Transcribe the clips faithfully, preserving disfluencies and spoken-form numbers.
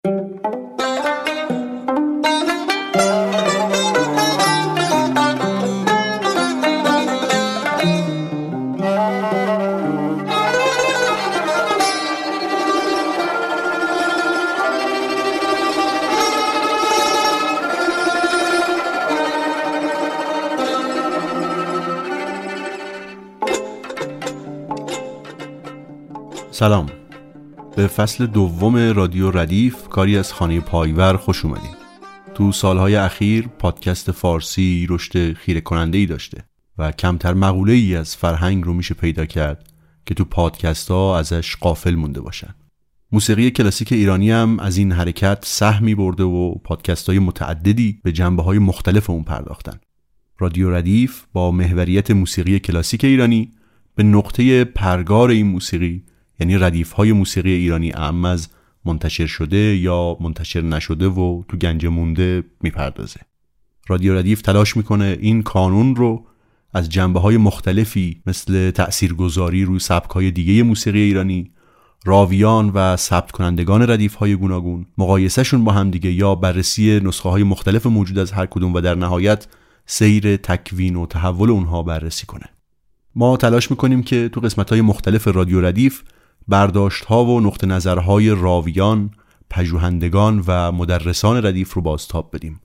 سلام، به فصل دوم رادیو ردیف کاری از خانه پایور خوش اومدید. تو سالهای اخیر پادکست فارسی رشد خیره کننده‌ای داشته و کمتر مقوله‌ای از فرهنگ رو میشه پیدا کرد که تو پادکست ها ازش غافل مونده باشن. موسیقی کلاسیک ایرانی هم از این حرکت سهمی برده و پادکست های متعددی به جنبه های مختلف اون پرداختن. رادیو ردیف با محوریت موسیقی کلاسیک ایرانی به نقطه پرگار این موسیقی، یعنی ردیف‌های موسیقی ایرانی اعم از منتشر شده یا منتشر نشده و تو گنج مونده میپردازه. رادیو ردیف تلاش میکنه این کانون رو از جنبه‌های مختلفی مثل تأثیرگذاری روی سبک‌های دیگه موسیقی ایرانی، راویان و ثبت کنندگان ردیف‌های گوناگون، مقایسهشون با هم دیگه یا بررسی نسخه‌های مختلف موجود از هر کدوم و در نهایت سیر تکوین و تحول اونها بررسی کنه. ما تلاش میکنیم که تو قسمت‌های مختلف رادیو ردیف برداشت‌ها و نقطه نظرهای راویان، پژوهندگان و مدرسان ردیف رو بازتاب بدیم.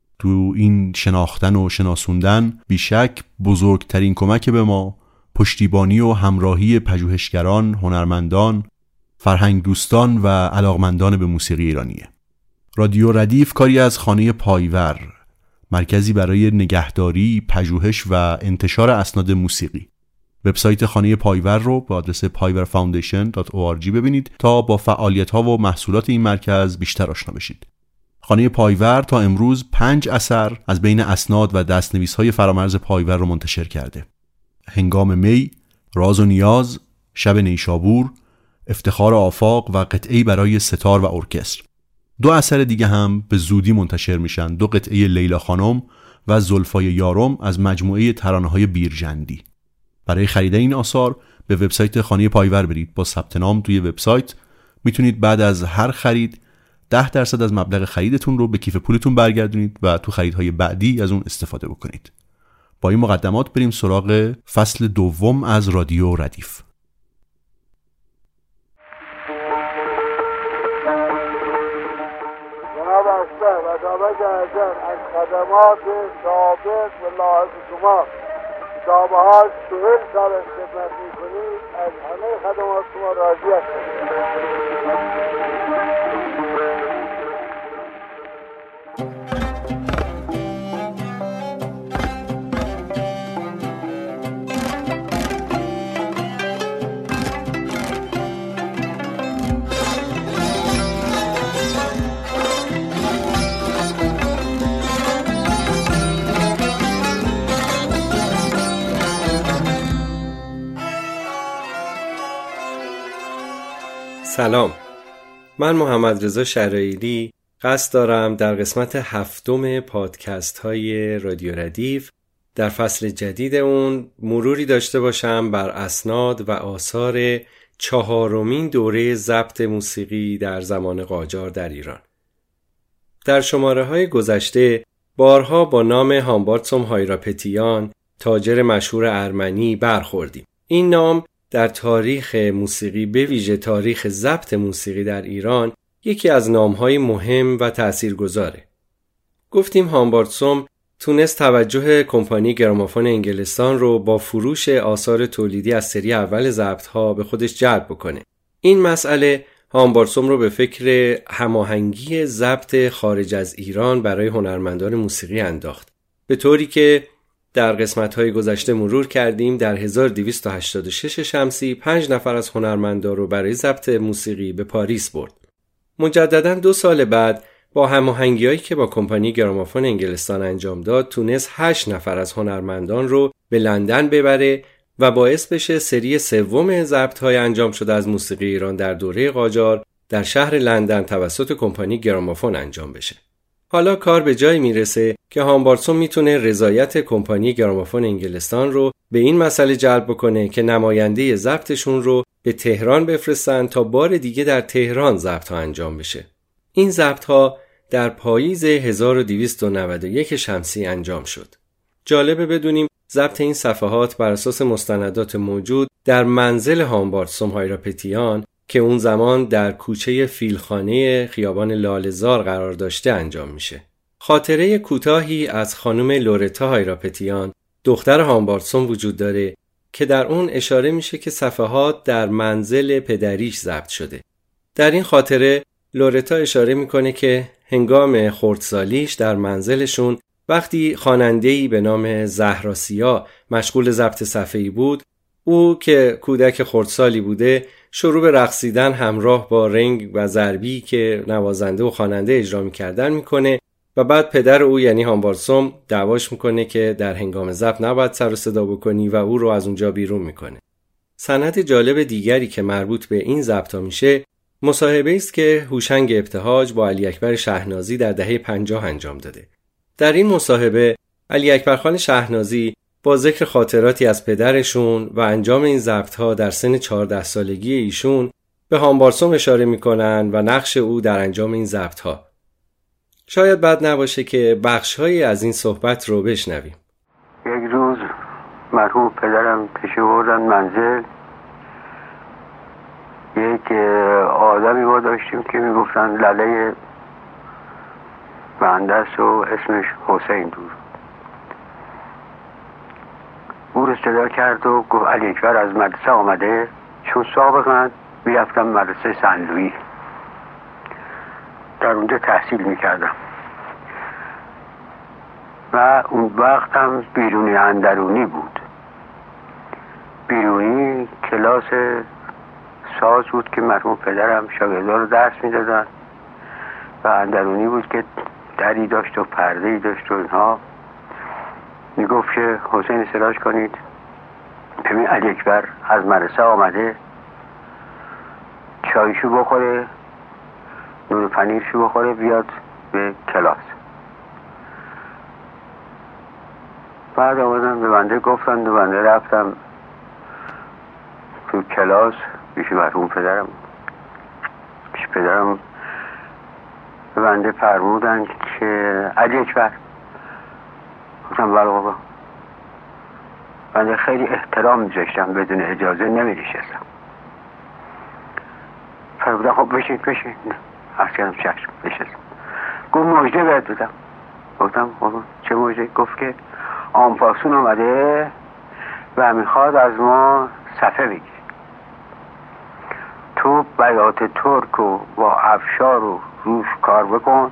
تو این شناختن و شناسوندن بیشک بزرگترین کمک به ما پشتیبانی و همراهی پژوهشگران، هنرمندان، فرهنگ دوستان و علاقمندان به موسیقی ایرانیه. رادیو ردیف کاری از خانه پایور، مرکزی برای نگهداری، پژوهش و انتشار اسناد موسیقی. وبسایت خانه پایور رو با آدرس پایور فاوندیشن دات او آر جی ببینید تا با فعالیت‌ها و محصولات این مرکز بیشتر آشنا بشید. خانه پایور تا امروز پنج اثر از بین اسناد و دست‌نویس‌های فرامرز پایور رو منتشر کرده. هنگام می، راز و نیاز، شب نیشابور، افتخار آفاق و قطعه‌ای برای ستار و ارکستر. دو اثر دیگه هم به زودی منتشر میشن، دو قطعه لیلا خانم و زلفای یارم از مجموعه ترانه‌های بیرجندی. برای خرید این آثار به وبسایت خانه پایور برید. با ثبت نام توی وبسایت میتونید بعد از هر خرید ده درصد از مبلغ خریدتون رو به کیف پولتون برگردونید و تو خریدهای بعدی از اون استفاده بکنید. با این مقدمات بریم سراغ فصل دوم از رادیو ردیف. جناب اشتر و دابق اعظم از خدمات سابق و لاحق شما کتابه ها چهل سال خدمت میکنید، از همه خدمات شما راضی هستم. سلام، من محمد رضا شرایلی قصد دارم در قسمت هفتم پادکست های رادیو ردیف در فصل جدید اون مروری داشته باشم بر اسناد و آثار چهارمین دوره ضبط موسیقی در زمان قاجار در ایران. در شماره های گذشته بارها با نام هامبارتسوم هایراپتیان، تاجر مشهور ارمنی برخوردیم. این نام در تاریخ موسیقی، به ویژه تاریخ ضبط موسیقی در ایران، یکی از نام‌های مهم و تأثیرگذاره. گفتیم هامبارتسوم تونست توجه کمپانی گرامافون انگلستان رو با فروش آثار تولیدی از سری اول ضبط‌ها به خودش جلب بکنه. این مسئله هامبارتسوم رو به فکر هماهنگی ضبط خارج از ایران برای هنرمندان موسیقی انداخت. به طوری که در قسمت‌های گذشته مرور کردیم در هزار و دویست و هشتاد و شش شمسی پنج نفر از هنرمندان رو برای ضبط موسیقی به پاریس برد. مجدداً دو سال بعد با هماهنگی‌هایی که با کمپانی گرامافون انگلستان انجام داد تونست هشت نفر از هنرمندان رو به لندن ببره و باعث بشه سری سوم ضبط‌های انجام شده از موسیقی ایران در دوره قاجار در شهر لندن توسط کمپانی گرامافون انجام بشه. حالا کار به جایی میرسه که هامبارتسوم میتونه رضایت کمپانی گرامافون انگلستان رو به این مسئله جلب بکنه که نماینده ضبطشون رو به تهران بفرستن تا بار دیگه در تهران ضبط ها انجام بشه. این ضبط‌ها در پاییز هزار و دویست و نود و یک شمسی انجام شد. جالبه بدونیم ضبط این صفحات بر اساس مستندات موجود در منزل هامبارتسوم هایراپتیان که اون زمان در کوچه فیلخانه خیابان لاله‌زار قرار داشته انجام میشه. خاطره کوتاهی از خانم لورتا هایراپتیان دختر هامبارتسوم وجود داره که در اون اشاره میشه که صفحات در منزل پدریش ضبط شده. در این خاطره لورتا اشاره میکنه که هنگام خردسالیش در منزلشون وقتی خواننده‌ای به نام زهراسیا مشغول ضبط صفحه‌ای بود، او که کودک خردسالی بوده شروع به رقصیدن همراه با رنگ و ضربی که نوازنده و خواننده اجرا می‌کردن میکنه و بعد پدر او یعنی هامبارتسوم دعواش میکنه که در هنگام ضبط نباید سر و صدا بکنی و او رو از اونجا بیرون میکنه. سند جالب دیگری که مربوط به این ضبط‌ها میشه مصاحبه‌ای است که هوشنگ ابتهاج با علی اکبر شهنازی در دهه پنجاه انجام داده. در این مصاحبه علی اکبر خان شهنازی با ذکر خاطراتی از پدرشون و انجام این ضبط‌ها در سن چهارده سالگی ایشون به هامبارتسوم اشاره میکنن و نقش او در انجام این ضبط‌ها. شاید بد نباشه که بخش‌هایی از این صحبت رو بشنویم. یک روز مرحوم پدرم تشریف بردن منزل. یک آدمی ما داشتیم که میگفتن لله بندست و اسمش حسین دور. او رو صدا کرد و گفت علی اکبر از مدرسه آمده، چون سابقا میرفتم مدرسه سنلویی، در اونجا تحصیل میکردم و اون وقت هم بیرونی اندرونی بود. بیرونی کلاس ساز بود که مرحوم پدرم شاگردا رو درس میدادن و اندرونی بود که دری داشت و پرده‌ای داشت و اینها. میگفت که حسین صداش کنید، ببین علی اکبر از مدرسه آمده، چایشو بخوره، نون پنیرشو بخوره، بیاد به کلاس. بعد آمدن به بنده گفتن و بنده رفتم تو کلاس پیش مرحوم پدرم. پیش پدرم به بنده فرمودن که علی اکبر. گفتم بله بابا. بنده خیلی احترام میذاشتم، بدون اجازه نمی‌نشستم. فرمودن خب بشین بشین. عرض کردم چشم، نشستم. گفت مژده بهت بدم. گفتم خب چه مژده؟ گفت که آنفاسون آمده و میخواد از ما صفحه بگیری. تو بیات ترک و با افشار و روش کار بکن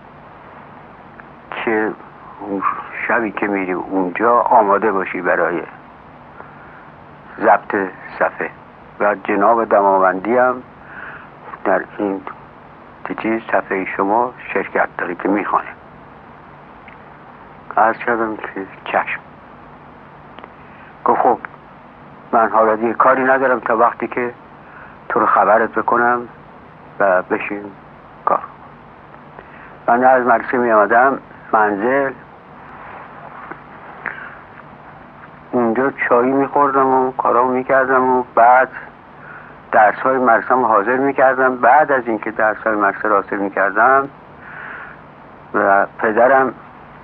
که شبی که میری اونجا آماده باشی برای ضبط صفحه. و جناب دماوندی هم در این چیز صفحه شما شرکت داری که میخوانه. عرض کردم که چشم. گفت خب من حالا دیگه کاری ندارم تا وقتی که تو رو خبرت بکنم و بشین کار. من از مدرسه می آمدم منزل، اونجا چایی می خوردم و کارامو می کردم و بعد درس های مدرسه حاضر می کردم. بعد از اینکه درس های مدرسه حاضر می کردم و پدرم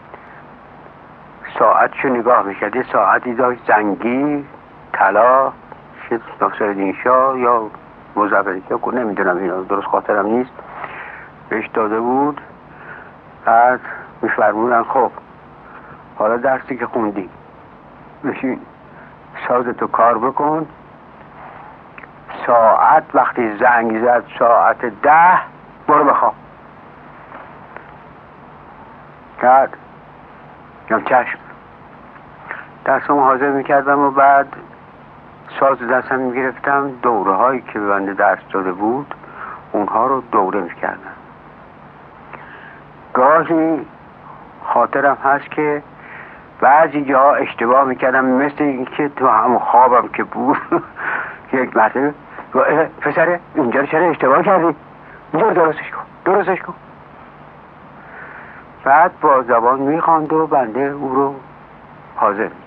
ساعتشو نگاه می کرد، ساعتی داشت زنگی طلا ناصرالدین شاه یا مظفرالدین شاه، نمیدونم اینا درست خاطرم نیست، بهش داده بود. بعد میفرمودن خب حالا درسی که خوندی بشین سازتو کار بکن، ساعت وقتی زنگ زد ساعت ده برو بخواب. کرد یا چشم. درسمو حاضر میکردم و بعد ساز دستم میگرفتم، دوره هایی که به بنده درس داده بود اونها رو دوره میکردم. گاهی خاطرم هست که بعضی جا اشتباه میکردم، مثل اینکه تو همون خوابم که بود یک مرتبه پسره اینجا رو چرا اشتباه کردی؟ اینجا رو درستش کن درستش کن. بعد با زبان میخواند و بنده او رو حاضر میکرد.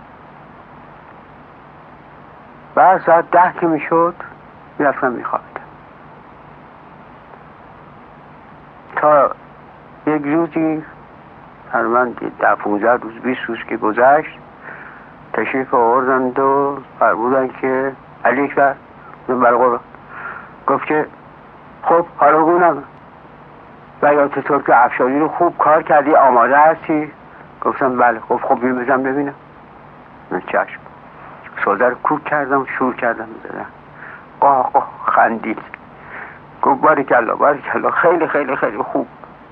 بعد ساعت ده که میشد میرفتم میخوابیدم. تا یک روزی تقریبا در پونزده روز بیست روز که گذشت تشریف آوردند و فرمودند که علی اکبر برقرار گفت که خب حالا گونم و یا چطور که افشاری رو خوب کار کردی آماده هستی؟ گفتم بله. خب خب بیم بزن ببینم. چشم. سوزه رو کوک کردم شروع کردم زدن. قاه قاه خندید. گفت باریکالله باریکالله خیلی خیلی خیلی خوب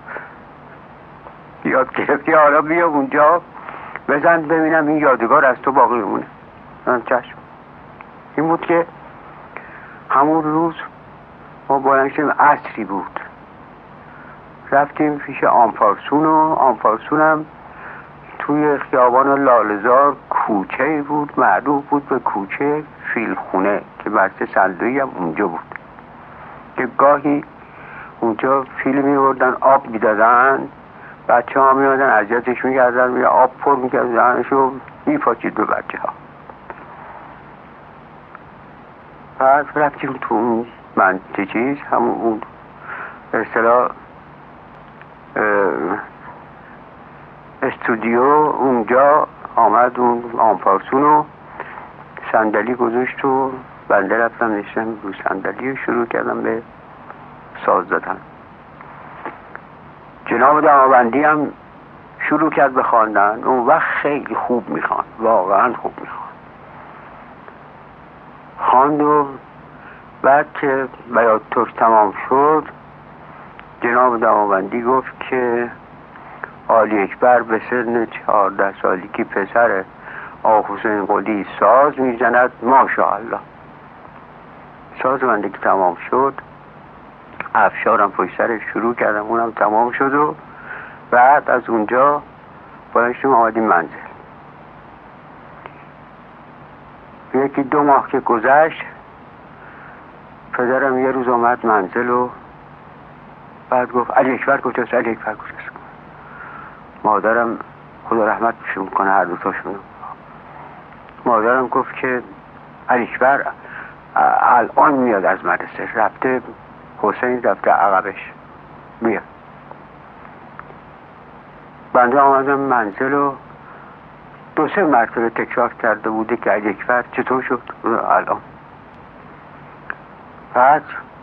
یاد گرفتی، حالا بیا اونجا بزن ببینم این یادگار از تو باقی بمونه. چشم. این بود که همون روز ما بلند شدیم، عصری بود، رفتیم پیش آمپارسون و آمپارسون هم توی خیابان لاله‌زار کوچه بود معروف بود به کوچه فیلخونه که بسته صندوقی هم اونجا بود که گاهی اونجا فیل می‌بردن آب می‌دادن، بچه ها می‌آمدن اذیتش می‌کردن یا آب پر می‌کردن و می‌پاچید به بچه ها. بعد رفتیم تو اون منطقه چیز همون اون اصطلاح استودیو، اونجا آمد اون آمپارسون و صندلی گذاشت و بنده رفتم نشستم رو صندلی و شروع کردم به ساز دادن. جناب دماوندی هم شروع کرد به خواندن. اون وقت خیلی خوب میخواند، واقعا خوب میخواند. خواند و بعد که بیات ترک تمام شد جناب دماوندی گفت که علی اکبر به سن چهارده سالی که پسر آقا حسین قلی ساز میزند ماشاءالله. ساز بنده که تمام شد افشارم پشت سرش شروع کردم، اونم تمام شد و بعد از اونجا بلنشتیم آمدیم منزل. یکی دو ماه که گذشت پدرم یه روز آمد منزل و بعد گفت علی اکبر کجاست؟ علی اکبر کجاست؟ مادرم خدا رحمت بشون کنه هر دو تاشون، مادرم گفت که علی اکبر الان میاد از مدرسه، رفته حسین رفته عقبش میاد. بنده آمدم منزل و دو سه مرتبه تکرار کرده بوده که علی اکبر چطور شد الان. بعد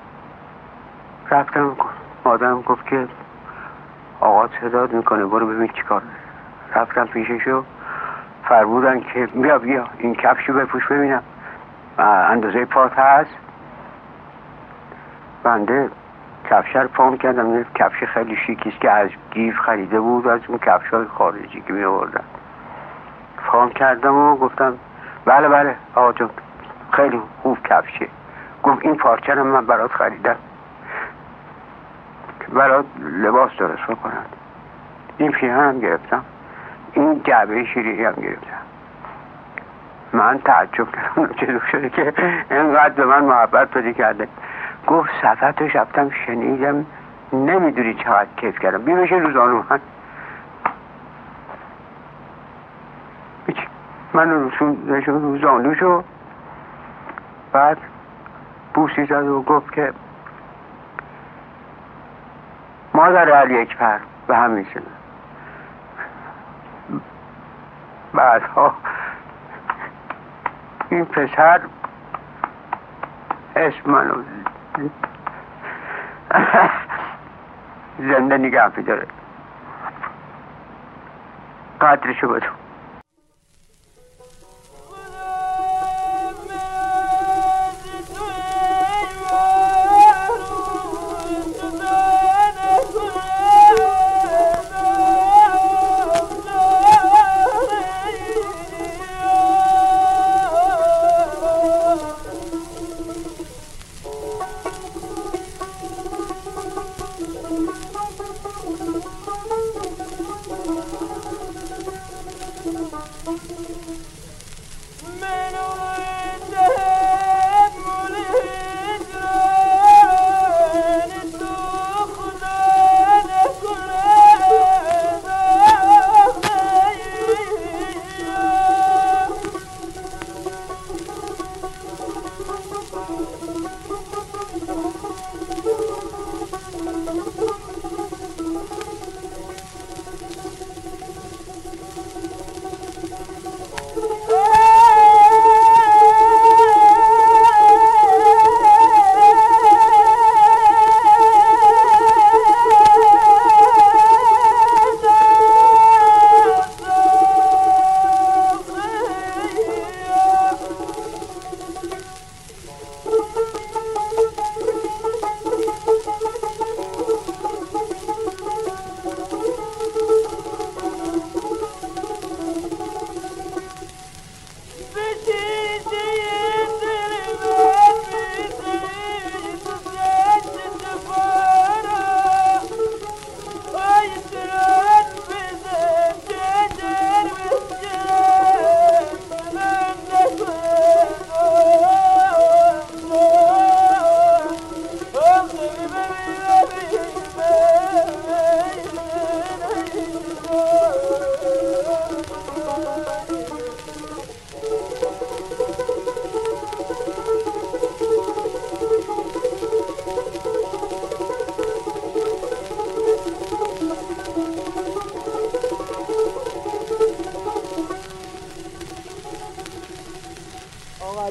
رفتم مادرم گفت که آقا صدات میکنه برو ببین چی کار. رفتم پیششو فرمودن که بیا بیا این کفشو بپوش ببینم اندازه پات هست. بنده کفش رو پام کردم، کفش خیلی شیکیست که از گیف خریده بود، از اون کفش های خارجی که می آوردن. پام کردم و گفتم بله بله آقا جان خیلی خوب کفشه. گفت این پارچه رو من برات خریدم که برات لباس درست بکنن. این پیرهن هم گرفتم، این جعبه شیرینی هم گرفتم. من تعجب کردم چطور شده که اینقدر به من محبت پیدا کرده. گفت صفتش رفتم شنیدم نمیدونی چقدر کیف کردم. بیا بشه روزانو من من رسون روزانو شو. بعد بوسی زد و گفت که مادر علی اکبر به هم میشنه. بعدها این پسر اسم منو زنده نگه می‌داره. قدرشو بدون.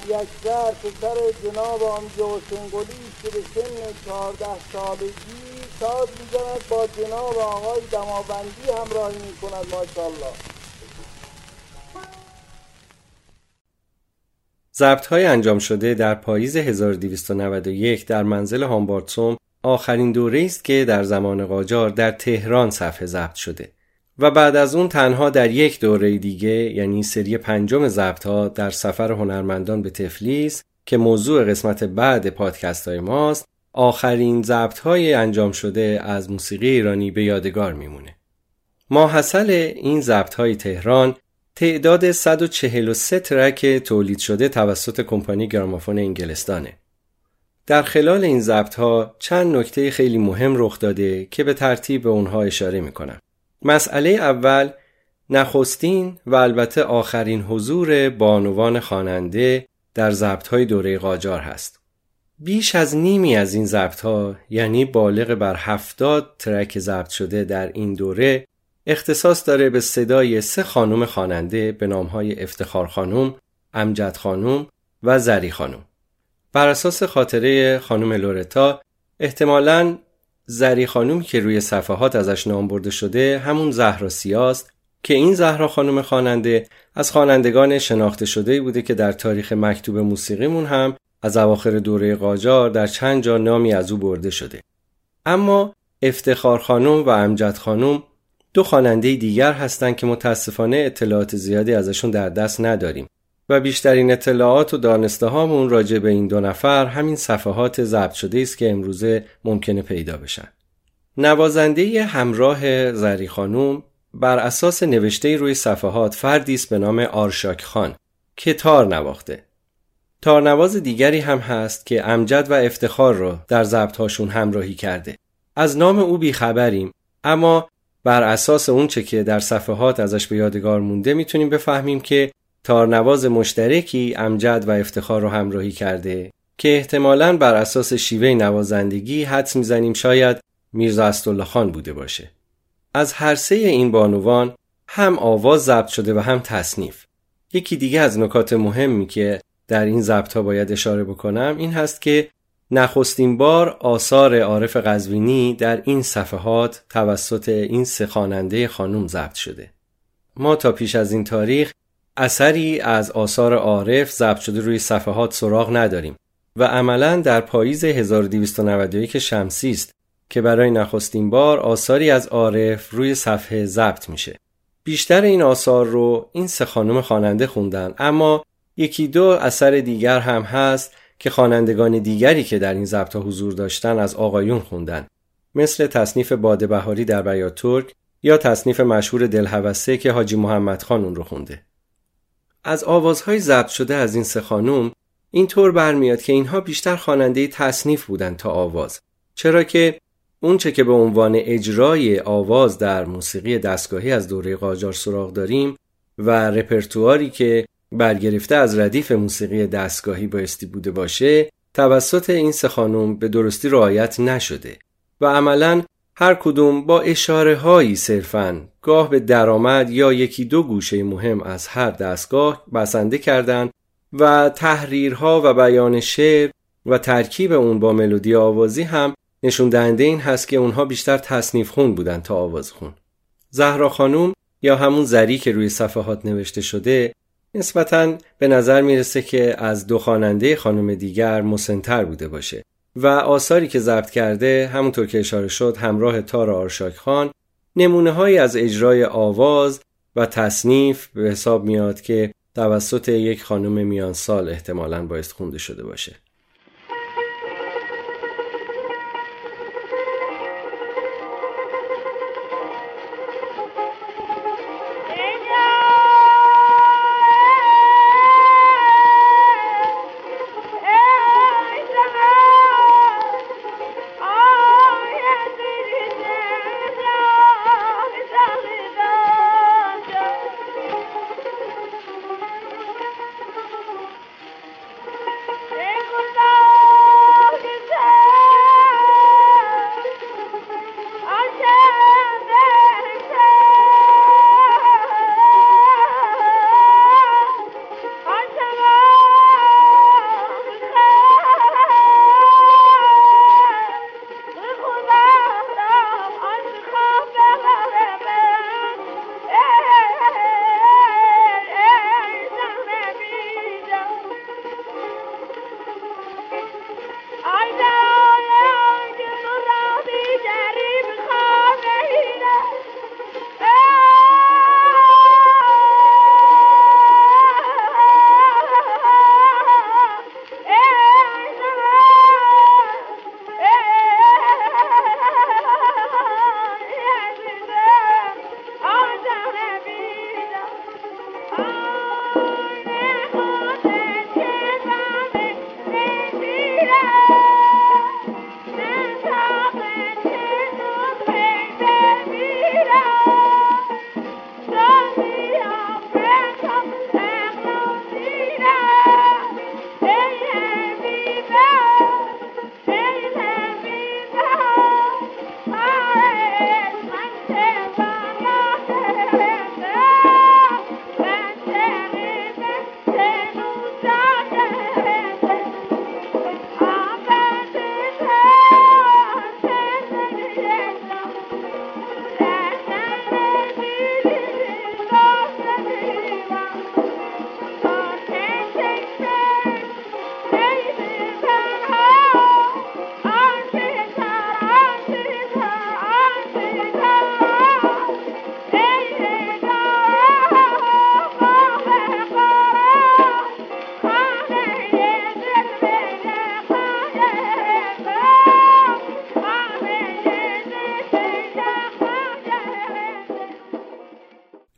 یک زر پسر جناب آموزه حسین قلی که به سن چهارده سالگی ساز می‌زند، با جناب آقای دماوندی همراهی می‌کند. ماشاءالله. ضبط‌های انجام شده در پاییز هزار و دویست و نود و یک در منزل هامبارتسوم آخرین دوره‌ای است که در زمان قاجار در تهران صفحه ضبط شده و بعد از اون تنها در یک دوره دیگه، یعنی سری پنجم ضبط‌ها در سفر هنرمندان به تفلیس که موضوع قسمت بعد پادکست‌های ماست، آخرین ضبط‌های انجام شده از موسیقی ایرانی به یادگار میمونه. ماحصل این ضبط‌های تهران تعداد صد و چهل و سه ترک تولید شده توسط کمپانی گرامافون انگلستانه. در خلال این ضبط‌ها چند نکته خیلی مهم رخ داده که به ترتیب به اونها اشاره می‌کنم. مسئله اول نخستین و البته آخرین حضور بانوان خواننده در ضبط‌های دوره قاجار هست. بیش از نیمی از این ضبط‌ها، یعنی بالغ بر هفتاد ترک ضبط شده در این دوره، اختصاص داره به صدای سه خانم خواننده به نام‌های افتخار خانم، امجد خانم و زری خانم. بر اساس خاطره خانم لورتا، احتمالاً زری خانم که روی صفحات ازش نام برده شده همون زهرا سیاست که این زهرا خانم خواننده از خوانندگان شناخته شده‌ای بوده که در تاریخ مکتوب موسیقیمون هم از اواخر دوره قاجار در چند جا نامی از او برده شده. اما افتخار خانم و امجد خانم دو خواننده دیگر هستند که متاسفانه اطلاعات زیادی ازشون در دست نداریم و بیشترین اطلاعات و دانسته هامون راجع به این دو نفر همین صفحات ضبط شده است که امروزه ممکنه پیدا بشن. نوازنده همراه زری خانم بر اساس نوشته روی صفحات فردی است به نام آرشاک خان که تار نواخته. تارنواز دیگری هم هست که امجد و افتخار رو در ضبط‌هاشون همراهی کرده. از نام او بیخبریم، اما بر اساس اون چه که در صفحات ازش به یادگار مونده میتونیم بفهمیم که تارنواز مشترکی امجد و افتخار رو همراهی کرده که احتمالاً بر اساس شیوه نوازندگی حدس میزنیم شاید میرزا اسدالله خان بوده باشه. از هر سه این بانوان هم آواز ضبط شده و هم تصنیف. یکی دیگه از نکات مهمی که در این ضبط‌ها باید اشاره بکنم این هست که نخستین بار آثار عارف قزوینی در این صفحات توسط این سه خواننده خانم ضبط شده. ما تا پیش از این تاریخ اثری از آثار عارف ضبط شده روی صفحات سراغ نداریم و عملاً در پاییز هزار و دویست و نود و یک شمسی است که برای نخستین بار آثاری از عارف روی صفحه ضبط میشه. بیشتر این آثار رو این سه خانم خواننده خوندن، اما یکی دو اثر دیگر هم هست که خوانندگان دیگری که در این ضبط‌ها حضور داشتن از آقایون خوندن، مثل تصنیف باده بهاری در بیات ترک یا تصنیف مشهور دلهوسه که حاجی محمد خان اون رو خونده. از آوازهای ضبط شده از این سه خانم اینطور برمیاد که اینها بیشتر خواننده تصنیف بودن تا آواز، چرا که اون چه که به عنوان اجرای آواز در موسیقی دستگاهی از دوره قاجار سراغ داریم و رپرتواری که برگرفته از ردیف موسیقی دستگاهی بایستی بوده باشه توسط این سه خانم به درستی رعایت نشده و عملاً هر کدوم با اشاره هایی صرفاً گاه به درآمد یا یکی دو گوشه مهم از هر دستگاه بسنده کردند و تحریرها و بیان شعر و ترکیب اون با ملودی آوازی هم نشون دهنده این هست که اونها بیشتر تصنیف خون بودن تا آواز خون. زهرا خانم یا همون زری که روی صفحات نوشته شده نسبتاً به نظر میرسه که از دو خواننده خانم دیگر مسن‌تر بوده باشه و آثاری که ضبط کرده همونطور که اشاره شد همراه تار آرشاک خان نمونه هایی از اجرای آواز و تصنیف به حساب میاد که توسط یک خانم میان سال احتمالاً باید خونده شده باشه. Hey,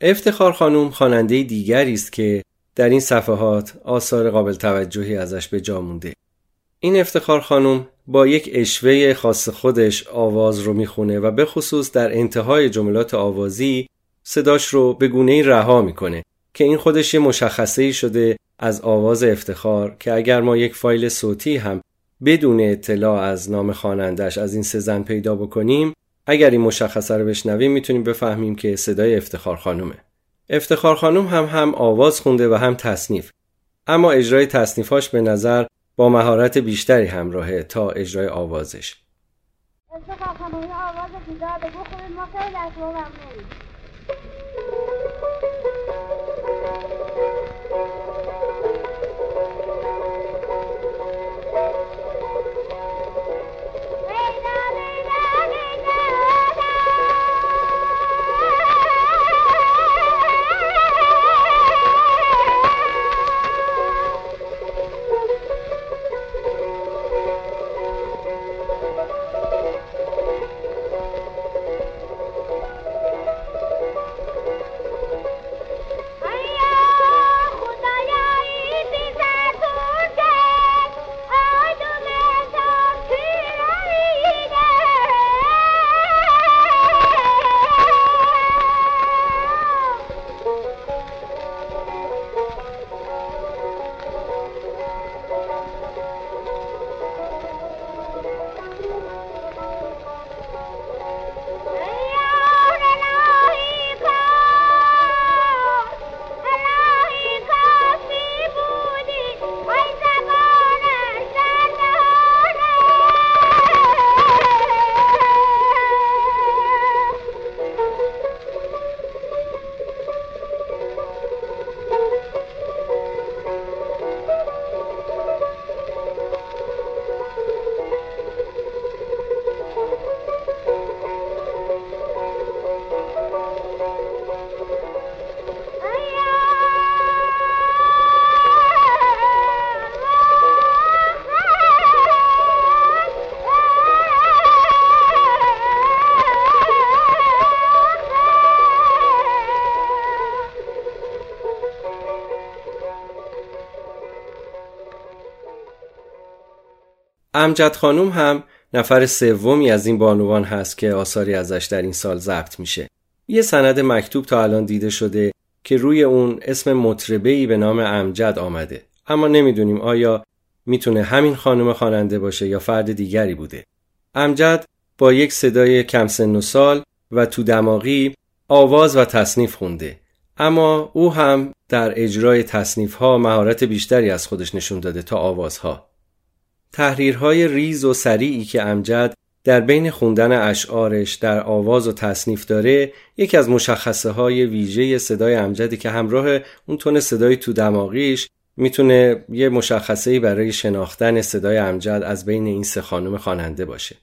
افتخار خانم خواننده دیگری است که در این صفحات آثار قابل توجهی ازش به جا مونده. این افتخار خانم با یک اشوه خاص خودش آواز رو میخونه و به خصوص در انتهای جملات آوازی صداش رو به گونه‌ای رها میکنه که این خودش یه مشخصه‌ای شده از آواز افتخار که اگر ما یک فایل صوتی هم بدون اطلاع از نام خواننده‌اش از این سه زن پیدا بکنیم، اگر این مشخصه رو بشنویم میتونیم بفهمیم که صدای افتخار خانومه. افتخار خانم هم هم آواز خونده و هم تصنیف، اما اجرای تصنیفاش به نظر با مهارت بیشتری همراهه تا اجرای آوازش. افتخار خانم آواز بیدار بگو خوبی ما خیلی از رو ممنونیم. امجد خانم هم نفر سومی از این بانوان هست که آثاری ازش در این سال ضبط میشه. یه سند مکتوب تا الان دیده شده که روی اون اسم مطربه‌ای به نام امجد آمده، اما نمیدونیم آیا میتونه همین خانم خواننده باشه یا فرد دیگری بوده. امجد با یک صدای کم سن و سال و تو دماغی آواز و تصنیف خونده، اما او هم در اجرای تصنیف‌ها مهارت بیشتری از خودش نشون داده تا آوازها. تحریرهای ریز و سریعی که امجد در بین خوندن اشعارش در آواز و تصنیف داره یکی از مشخصه های ویژه صدای امجدی که همراه اون تون صدای تو دماغیش میتونه یه مشخصه‌ای برای شناختن صدای امجد از بین این سه خانم خواننده باشه.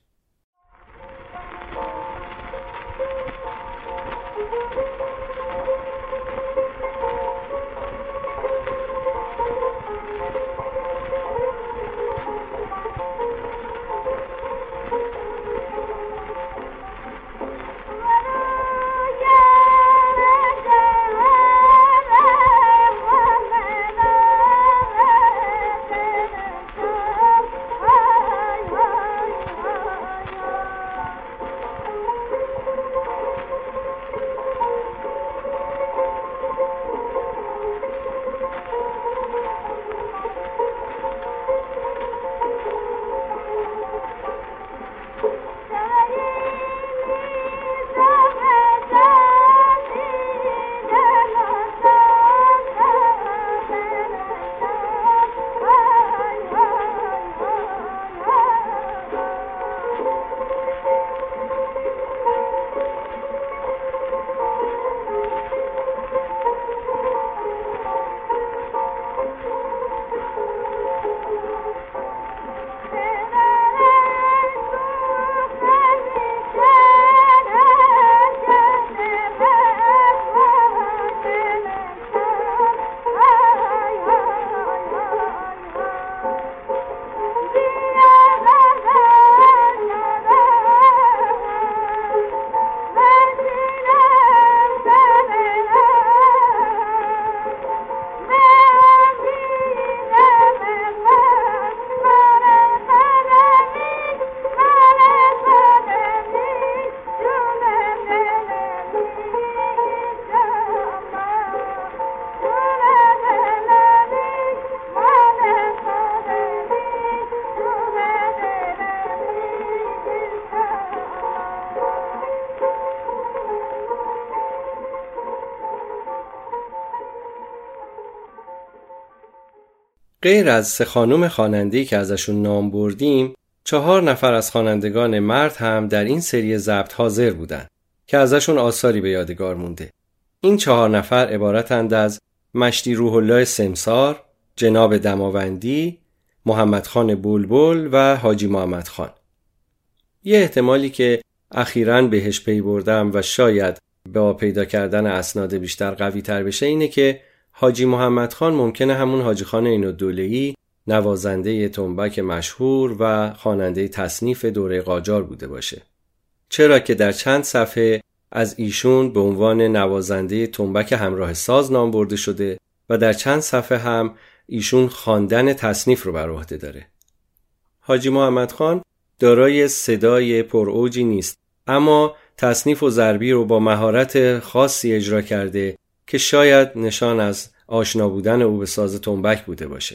غیر از سه خانم خواننده‌ای که ازشون نام بردیم، چهار نفر از خوانندگان مرد هم در این سری ضبط حاضر بودن که ازشون آثاری به یادگار مونده. این چهار نفر عبارتند از مشتی روح الله سمسار، جناب دماوندی، محمد خان بلبل و حاجی محمد خان. یه احتمالی که اخیراً بهش پی بردم و شاید با پیدا کردن اسناد بیشتر قوی تر بشه اینه که حاجی محمد خان ممکنه همون حاجی خان عین‌الدوله‌ای، نوازنده تنبک مشهور و خواننده تصنیف دوره قاجار بوده باشه. چرا که در چند صفحه از ایشون به عنوان نوازنده تنبک همراه ساز نام برده شده و در چند صفحه هم ایشون خواندن تصنیف رو بر عهده داره. حاجی محمد خان دارای صدای پروجی نیست، اما تصنیف و ضربی رو با مهارت خاصی اجرا کرده که شاید نشان از آشنا بودن او به ساز تنبک بوده باشه.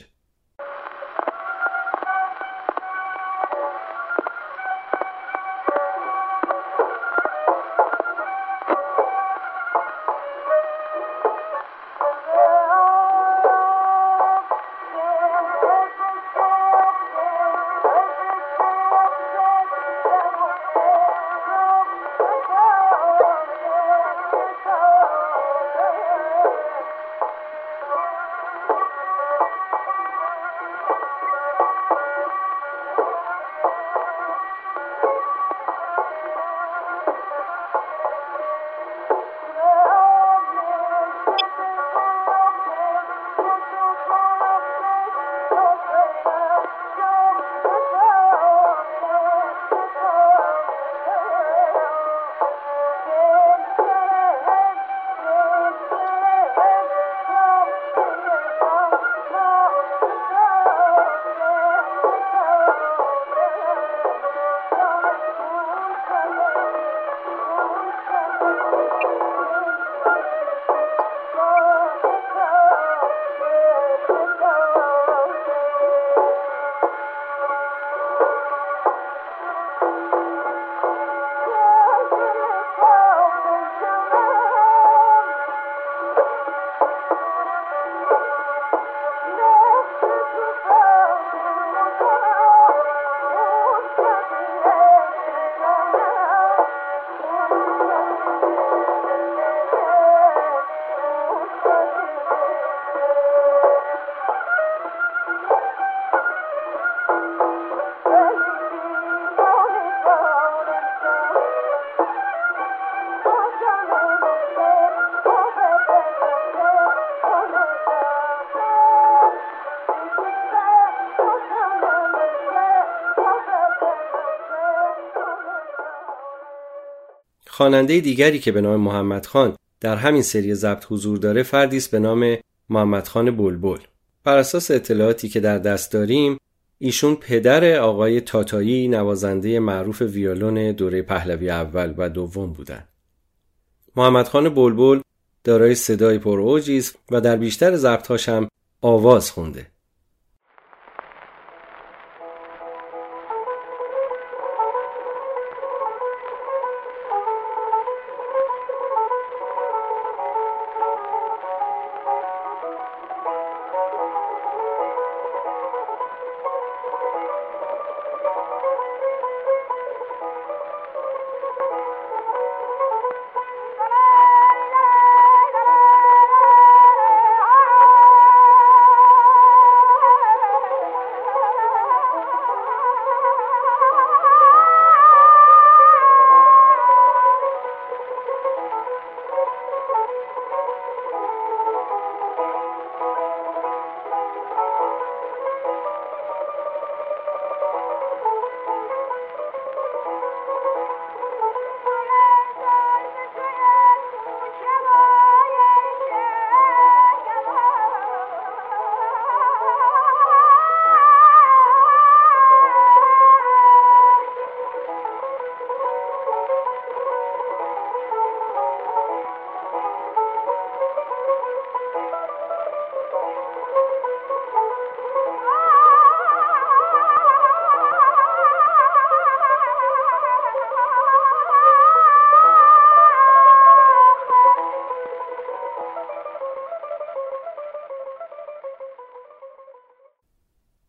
خواننده دیگری که به نام محمد خان در همین سری ضبط حضور داره فردی است به نام محمد خان بلبل. بر اساس اطلاعاتی که در دست داریم ایشون پدر آقای تاتایی، نوازنده معروف ویولون دوره پهلوی اول و دوم بودند. محمد خان بلبل دارای صدای پروجی است و در بیشتر ضبط‌هاش هم آواز خونده. Oh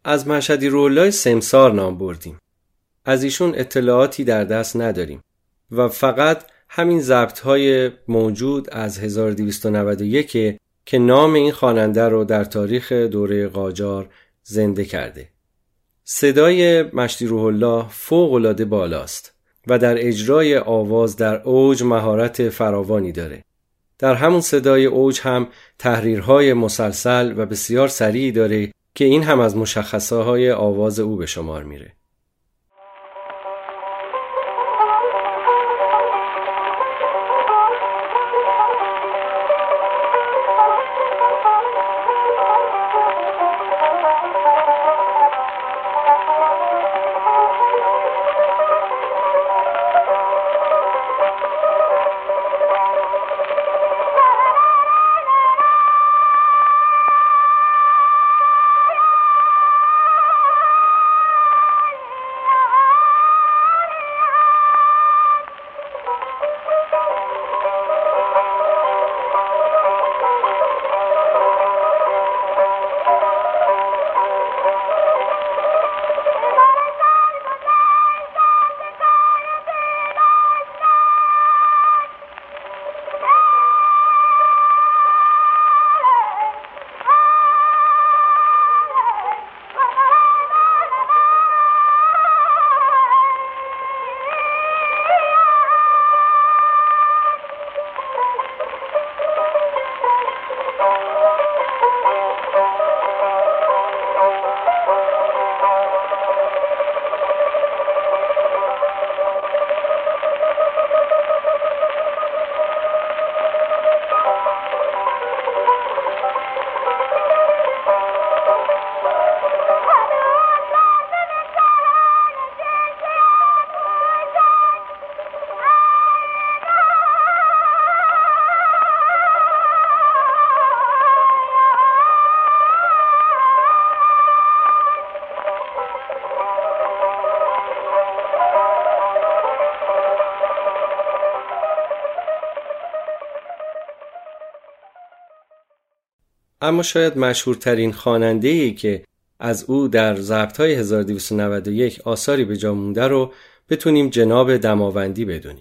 از مشهدی روح‌الله سمسار نام بردیم. از ایشون اطلاعاتی در دست نداریم و فقط همین ضبط‌های موجود از هزار و دویست و نود و یک که نام این خواننده رو در تاریخ دوره قاجار زنده کرده. صدای مشهدی روح‌الله فوق‌العاده بالاست و در اجرای آواز در اوج مهارت فراوانی داره. در همون صدای اوج هم تحریرهای مسلسل و بسیار سریعی داره که این هم از مشخصه‌های آواز او به شمار میره. اما شاید مشهورترین خواننده‌ای که از او در ضبط‌های هزار و دویست و نود و یک آثاری به جا مونده رو بتونیم جناب دماوندی بدونیم.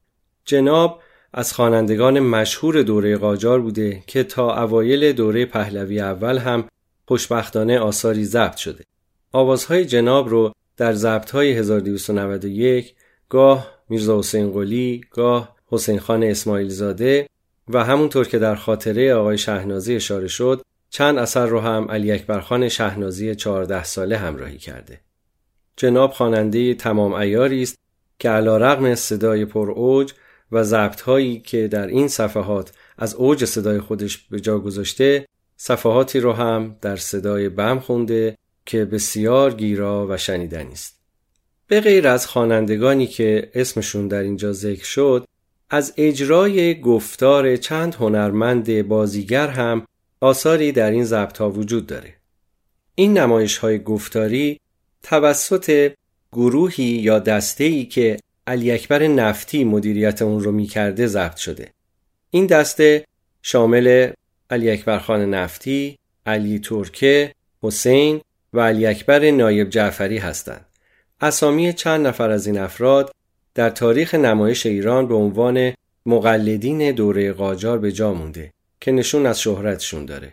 جناب از خوانندگان مشهور دوره قاجار بوده که تا اوایل دوره پهلوی اول هم خوشبختانه آثاری ضبط شده. آوازهای جناب رو در ضبط‌های هزار و دویست و نود و یک گاه میرزا حسین قلی، گاه حسین خان اسماعیل زاده و همونطور که در خاطره آقای شهنازی اشاره شد چند اثر رو هم علی اکبر خان شهنازی چهارده ساله همراهی کرده. جناب خواننده تمام عیاری است که علیرغم صدای پر اوج و ضبط‌هایی که در این صفحات از اوج صدای خودش به جا گذاشته، صفحاتی رو هم در صدای بم خونده که بسیار گیرا و شنیدنی است. به غیر از خوانندگانی که اسمشون در اینجا ذکر شد، از اجرای گفتار چند هنرمند بازیگر هم آثاری در این ضبط‌ها وجود داره. این نمایش‌های گفتاری توسط گروهی یا دسته‌ای که علی اکبر نفتی مدیریت اون رو می‌کرده ضبط شده. این دسته شامل علی اکبر خان نفتی، علی ترکه، حسین و علی اکبر نایب جعفری هستند. اسامی چند نفر از این افراد در تاریخ نمایش ایران به عنوان مقلدین دوره قاجار به جا مونده که نشون از شهرتشون داره.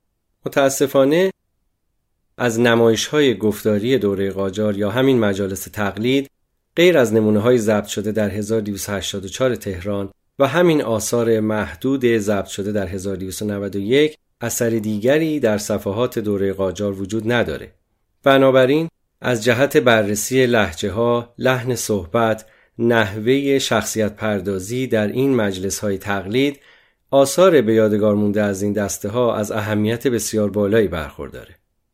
متاسفانه از نمایش‌های گفتاری دوره قاجار یا همین مجالس تقلید غیر از نمونه‌های ضبط شده در هزار و دویست و هشتاد و چهار تهران و همین آثار محدود ضبط شده در هزار و دویست و نود و یک اثر دیگری در صفحات دوره قاجار وجود نداره. بنابراین از جهت بررسی لهجه‌ها، لحن صحبت، نحوه شخصیت پردازی در این مجلس‌های تقلید، آثار به یادگار مونده از این دسته ها از اهمیت بسیار بالایی برخورداره.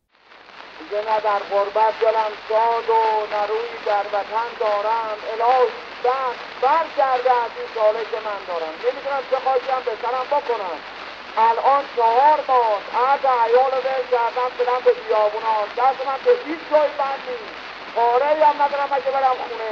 دیگه نه در غربت دلم شاد و نروی در وطن دارم، الهی بخت برگرده از این ساله که من دارم. نمیدونم چه خواهی هم به سرم بکنم. الان چهار ماه عهد عیال ول کردم برم به بیابونان، دست من به هیچ جای بند نیست، پاره‌ای هم ندارم اگه برم خونه.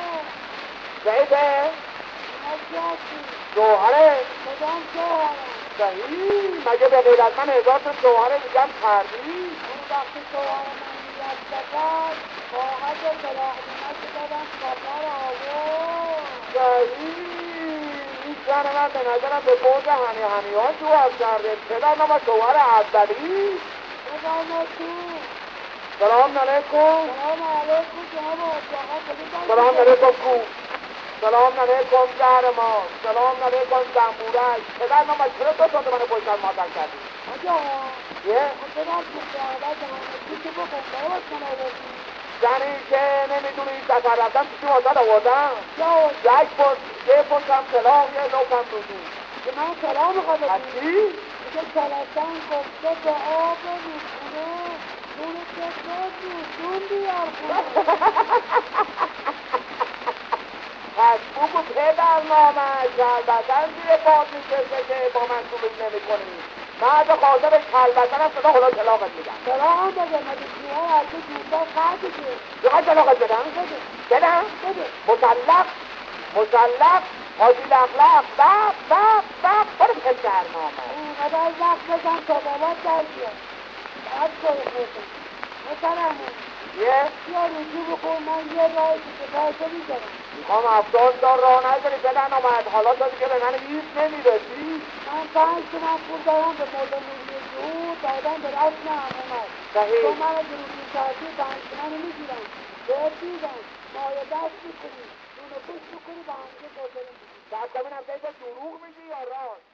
زیده؟ جوهره؟ کدام جوهره؟ صحیح. مگه به غیر از من هزار تا شوهر دیگه کردی؟ اون وقتی شوهر من میاد سفر کاغذ بلاغنیمت دادم سفر آورد. صحیح. این زن من به نظرم به برد هنی هنی ها جواب کرده. پدر نام شوهر اولی. بفرمایید. سلام علیکم. سلام علیکم جناب آقا. سلام علیکم کو. سلام علیکم زهرما. سلام علیکم زنبورک. پدر نام چرا تو تو منو پشت سر مادر کردی؟ آجا یه؟ پدر تو دعوت همه چی بکن باید من آوردی. زنی که نمیدونی این سفر رفتم چیزی واسه آوردم؟ یا یک پس یه پسم سلام یه نوکم دوزی. که من سلام میخواد از بدی. چی؟ که کلستان گفته به آب رودخونه دون چکه دوستون بیار خونه. پس بگو پدر نامش کلبتن زیر باد میکشه که با من سلوک نمی کنی. بعد خاطر کلبتن هم صدا خلا کلاقت میدم. سلام بده مگه شوهر از تو دوستا خرده که بخوای کلاقت بدم؟ بده بدم؟ بده. مسلق مسلق حاجی لقلق بب بب بب برو پدر نامش. اینقدر وقت بزن تا بابات در بیاد. بعد توی خودم مثلا یه؟ یا رجوع بکن من یه رای که پایسه میزنم. میخوام هفتاد دار راه نزنی پدر نامت. حالا تا دیگه به من هیچ نمیرسی. من پنج تومن پول دارم به مورد نوری جهود دادم به رسم همونت. صحیح. تو من از روزی کردی پنج تومن رو میگیرم بهت دیدم مایه دست میکنی دونه پوش میکنی با همگه بازاره میکنی. بعد ببینم دیگه دروغ میگی یا راست.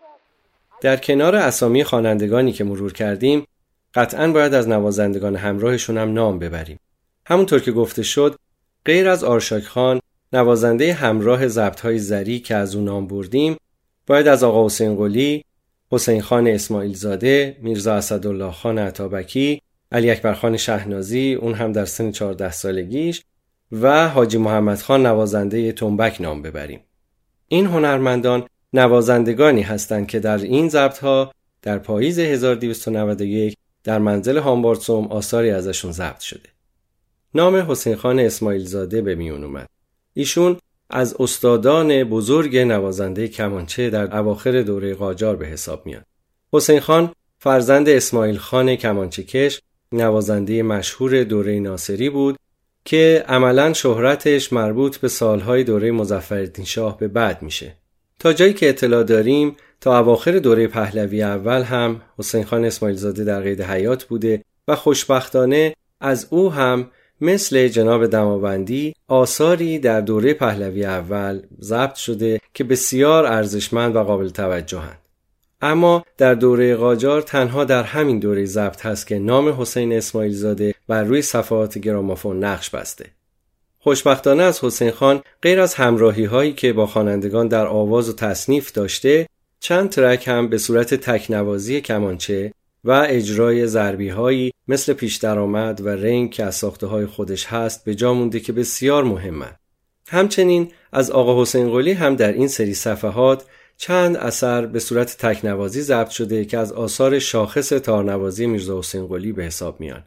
در کنار اسامی خوانندگانی که مرور کردیم قطعاً باید از نوازندگان همراهشون هم نام ببریم. همونطور که گفته شد غیر از آرشاک خان نوازنده همراه ضبط‌های زری که از اون نام بردیم باید از آقا حسین قلی، حسین خان اسماعیل زاده، میرزا اسدالله خان عطابکی، علی اکبر خان شهنازی اون هم در سن چهارده سالگیش و حاجی محمد خان نوازنده تنبک نام ببریم. این هنرمندان نوازندگانی هستند که در این ضبط‌ها در پاییز هزار و دویست و نود و یک در منزل هامبارتسوم آثاری ازشون ضبط شده. نام حسین خان اسماعیل زاده به میون اومد. ایشون از استادان بزرگ نوازنده کمانچه در اواخر دوره قاجار به حساب میاد. حسین خان فرزند اسماعیل خان کمانچه کش، نوازنده مشهور دوره ناصری بود که عملاً شهرتش مربوط به سالهای دوره مظفرالدین شاه به بعد میشه. تا جایی که اطلاع داریم تا اواخر دوره پهلوی اول هم حسین خان اسماعیل زاده در قید حیات بوده و خوشبختانه از او هم مثل جناب دماوندی آثاری در دوره پهلوی اول ضبط شده که بسیار ارزشمند و قابل توجهند. اما در دوره قاجار تنها در همین دوره ضبط هست که نام حسین اسماعیل زاده بر روی صفحات گرامافون نقش بسته. خوشبختانه از حسین خان غیر از همراهی هایی که با خوانندگان در آواز و تصنیف داشته، چند ترک هم به صورت تکنوازی کمانچه و اجرای ضربی هایی مثل پیش درآمد و رنگ که از ساخته های خودش هست به جا مونده که بسیار مهمند. همچنین از آقا حسین قلی هم در این سری صفحات چند اثر به صورت تکنوازی ضبط شده که از آثار شاخص تارنوازی میرزا حسین قلی به حساب میان.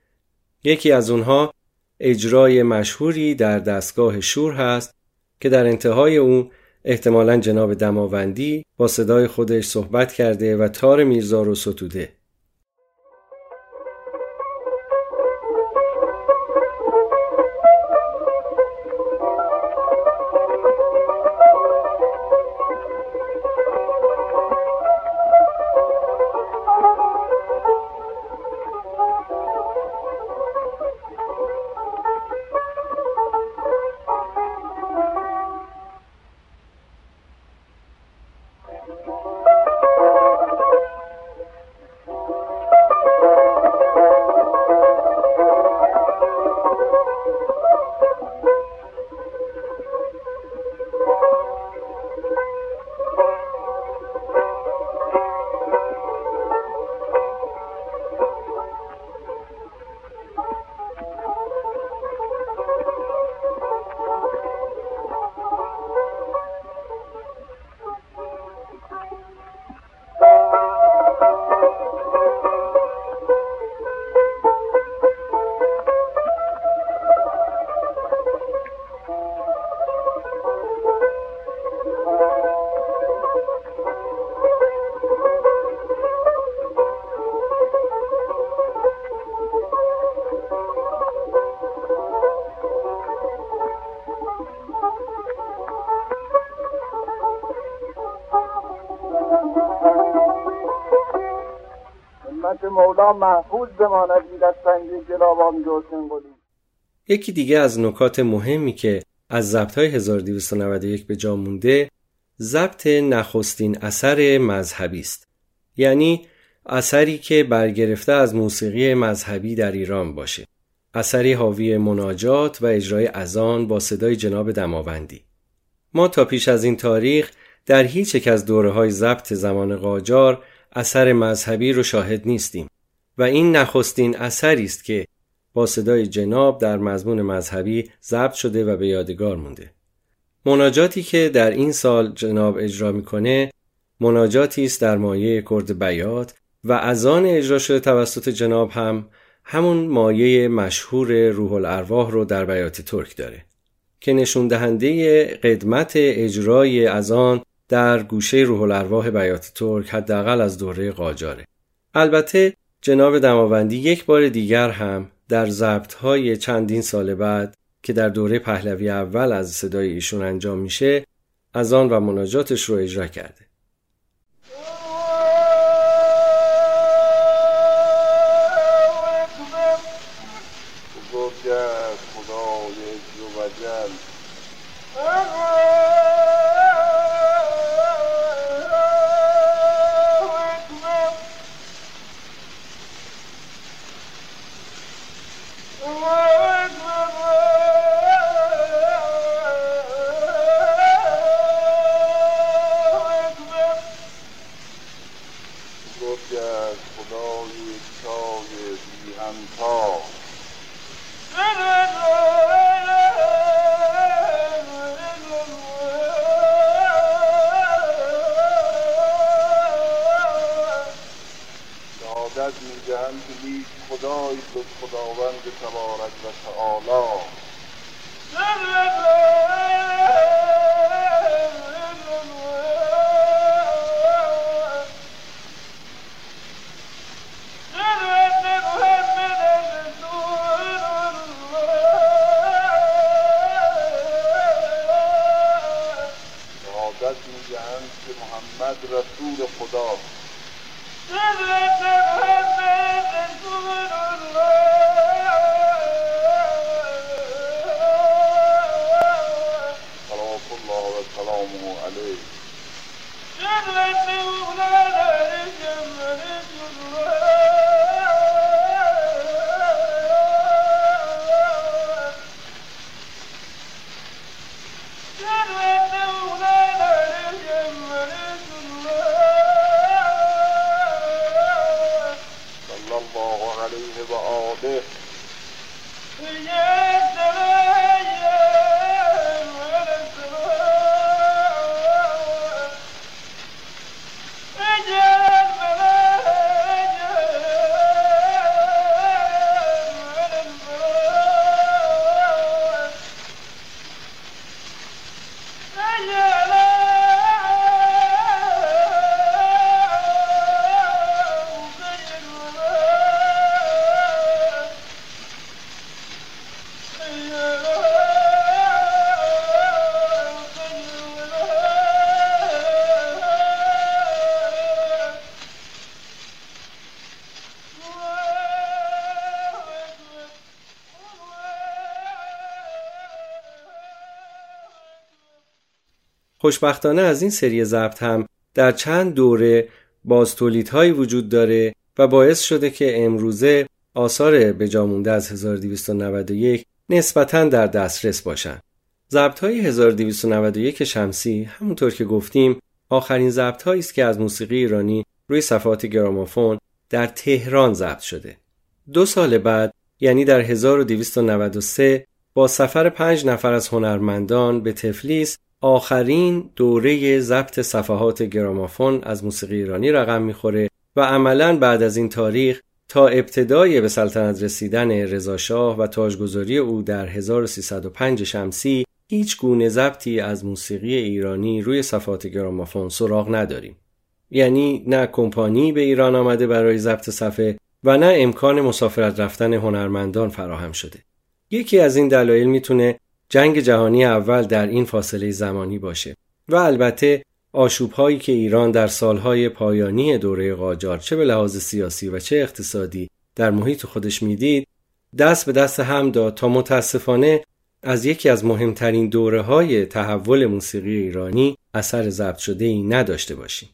یکی از اونها اجرای مشهوری در دستگاه شور هست که در انتهای اون احتمالاً جناب دماوندی با صدای خودش صحبت کرده و تار میرزا رو ستوده. آنچه مولا محفوظ بماند این از سنگی گلاوان حسین قلی. یکی دیگه از نکات مهمی که از ضبط‌های هزار و دویست و نود و یک به جا مونده ضبط نخستین اثر مذهبی است. یعنی اثری که برگرفته از موسیقی مذهبی در ایران باشه. اثری حاوی مناجات و اجرای اذان با صدای جناب دماوندی. ما تا پیش از این تاریخ در هیچ یک از دوره‌های ضبط زمان قاجار اثر مذهبی رو شاهد نیستیم و این نخستین اثری است که با صدای جناب در مضمون مذهبی ضبط شده و به یادگار مونده. مناجاتی که در این سال جناب اجرا میکنه مناجاتی است در مایه کرد بیات و اذان اجرا شده توسط جناب هم همون مایه مشهور روح الارواح رو در بیات ترک داره که نشون دهنده قدمت اجرای اذان در گوشه روح الارواح بیات ترک حداقل از دوره قاجاره. البته جناب دماوندی یک بار دیگر هم در ضبط‌های چندین سال بعد که در دوره پهلوی اول از صدای ایشون انجام میشه اذان و مناجاتش رو اجرا کرده. خوشبختانه از این سری ضبط هم در چند دوره بازتولیدهایی وجود داره و باعث شده که امروزه آثار به جا مونده از هزار و دویست و نود و یک نسبتاً در دسترس باشن. ضبط‌های هزار و دویست و نود و یک شمسی همونطور که گفتیم آخرین ضبط‌هایی است که از موسیقی ایرانی روی صفحات گرامافون در تهران ضبط شده. دو سال بعد یعنی در هزار و دویست و نود و سه با سفر پنج نفر از هنرمندان به تفلیس آخرین دوره ضبط صفحات گرامافون از موسیقی ایرانی رقم میخوره و عملاً بعد از این تاریخ تا ابتدای به سلطنت رسیدن رضا شاه و تاجگذاری او در هزار و سیصد و پنج شمسی هیچ گونه ضبطی از موسیقی ایرانی روی صفحات گرامافون سراغ نداریم. یعنی نه کمپانی به ایران آمده برای ضبط صفحه و نه امکان مسافرت رفتن هنرمندان فراهم شده. یکی از این دلایل میتونه جنگ جهانی اول در این فاصله زمانی باشه و البته آشوب‌هایی که ایران در سالهای پایانی دوره قاجار چه به لحاظ سیاسی و چه اقتصادی در محیط خودش میدید، دست به دست هم داد تا متاسفانه از یکی از مهمترین دوره‌های تحول موسیقی ایرانی اثر ضبط شده‌ای نداشته باشیم.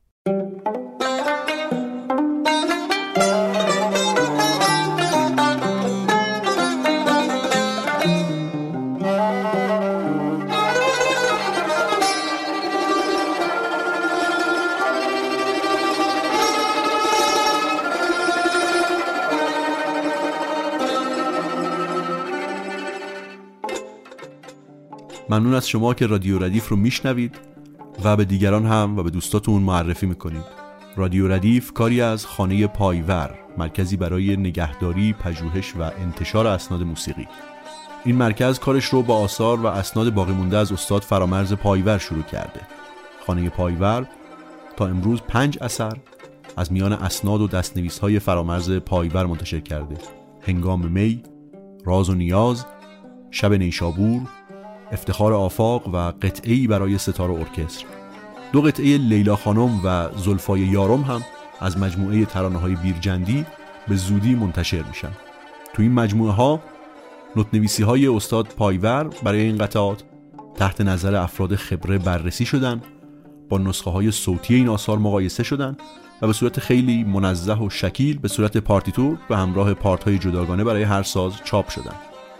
ممنون از شما که رادیو ردیف رو میشنوید و به دیگران هم و به دوستاتون معرفی میکنید. رادیو ردیف کاری از خانه پایور، مرکزی برای نگهداری، پژوهش و انتشار اسناد موسیقی. این مرکز کارش رو با آثار و اسناد باقی مونده از استاد فرامرز پایور شروع کرده. خانه پایور تا امروز پنج اثر از میان اسناد و دستنویس‌های فرامرز پایور منتشر کرده: هنگام می، راز و نیاز، شب نیشابور، افتخار آفاق و قطعه‌ای برای ستار و ارکستر. دو قطعه لیلا خانم و زلفای یارم هم از مجموعه ترانه‌های بیرجندی به زودی منتشر میشن. تو این مجموعه ها نوت‌نویسی‌های استاد پایور برای این قطعات تحت نظر افراد خبره بررسی شدن، با نسخه‌های صوتی این آثار مقایسه شدن و به صورت خیلی منزه و شکیل به صورت پارتیتور به همراه پارت‌های جداگانه برای هر ساز چاپ شدن.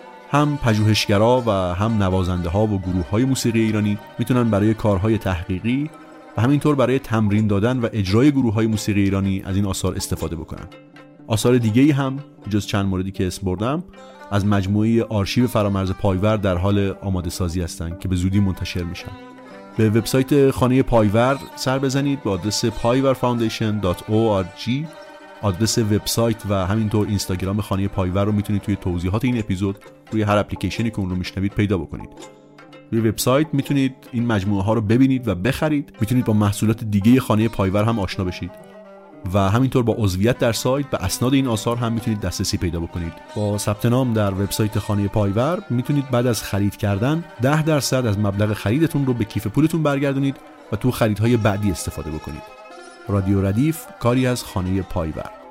هم پژوهشگرا و هم نوازنده ها و گروه های موسیقی ایرانی میتونن برای کارهای تحقیقی و همینطور برای تمرین دادن و اجرای گروه های موسیقی ایرانی از این آثار استفاده بکنن. آثار دیگه‌ای هم جز چند موردی که اسم بردم از مجموعه آرشیو فرامرز پایور در حال آماده سازی هستند که به زودی منتشر میشن. به وبسایت خانه پایور سر بزنید به آدرس پایور فاوندیشن دات او آر جی. آدرس وبسایت و همینطور اینستاگرام خانه پایور رو میتونید توی توضیحات این اپیزود روی هر اپلیکیشنی که اون رو میشنوید پیدا بکنید. روی وبسایت میتونید این مجموعه ها رو ببینید و بخرید. میتونید با محصولات دیگه خانه پایور هم آشنا بشید و همینطور با عضویت در سایت و اسناد این آثار هم میتونید دسترسی پیدا بکنید. با ثبت نام در وبسایت خانه پایور میتونید بعد از خرید کردن ده درصد از مبلغ خریدتون رو به کیف پولتون برگردونید و تو خریدهای بعدی استفاده بکنید. رادیو ردیف کاری از خانه پایور.